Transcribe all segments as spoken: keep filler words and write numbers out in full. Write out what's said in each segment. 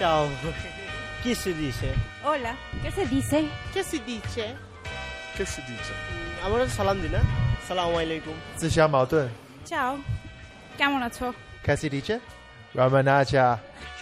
Ciao. Chi si dice? Hola, ¿qué se dice? ¿Qué se dice? ¿Qué se dice? আমরা সালাম দিই না আসসালামু আলাইকুম 自相矛盾 Ciao, chiamo una ciò. che si dice? Ramanaja.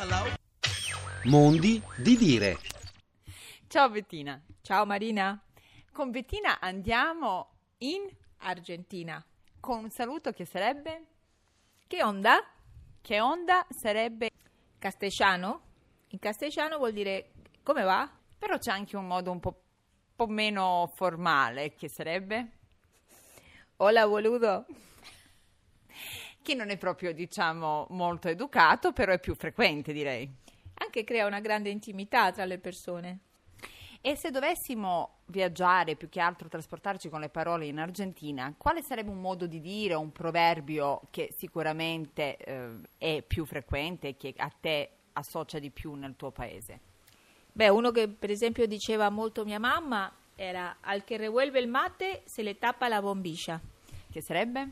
Mondi di dire. Ciao Bettina. Ciao Marina. Con Bettina andiamo in Argentina. con un saluto che sarebbe? Che onda? Che onda sarebbe? Castellano. In castellano vuol dire come va? Però c'è anche un modo un po', po' meno formale che sarebbe? Hola boludo. Che non è proprio, diciamo, molto educato, però è più frequente, direi. Anche crea una grande intimità tra le persone. E se dovessimo viaggiare, più che altro trasportarci con le parole in Argentina, quale sarebbe un modo di dire, un proverbio che sicuramente eh, è più frequente e che a te associa di più nel tuo paese? Beh, uno che per esempio diceva molto mia mamma era al che revuelve il mate se le tappa la bombiscia. Che sarebbe?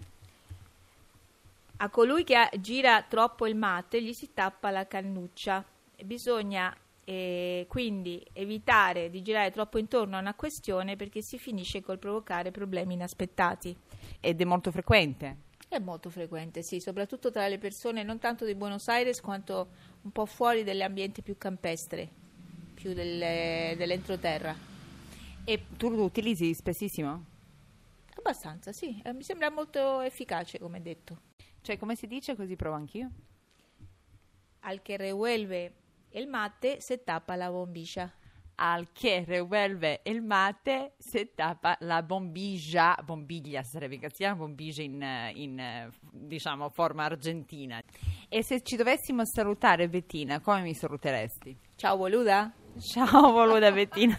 A colui che ha- gira troppo il mate gli si tappa la cannuccia. E bisogna eh, quindi evitare di girare troppo intorno a una questione perché si finisce col provocare problemi inaspettati. Ed è molto frequente. È molto frequente, sì, soprattutto tra le persone non tanto di Buenos Aires quanto un po' fuori dell'ambiente più campestre, più delle- dell'entroterra. E tu lo utilizzi spessissimo? Abbastanza, sì, eh, mi sembra molto efficace come detto. Cioè, come si dice? Così provo anch'io. Al che revuelve il mate se tappa la bombiscia. Al che revuelve il mate se tappa la bombiglia, bombiglia sarebbe in castigliano, bombiglia in, eh, in, eh, diciamo, forma argentina. E se ci dovessimo salutare, Bettina, come mi saluteresti? Ciao boluda. Ciao, voluta Bettina.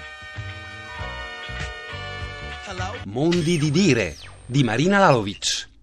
Mondi di dire di Marina Lalovic.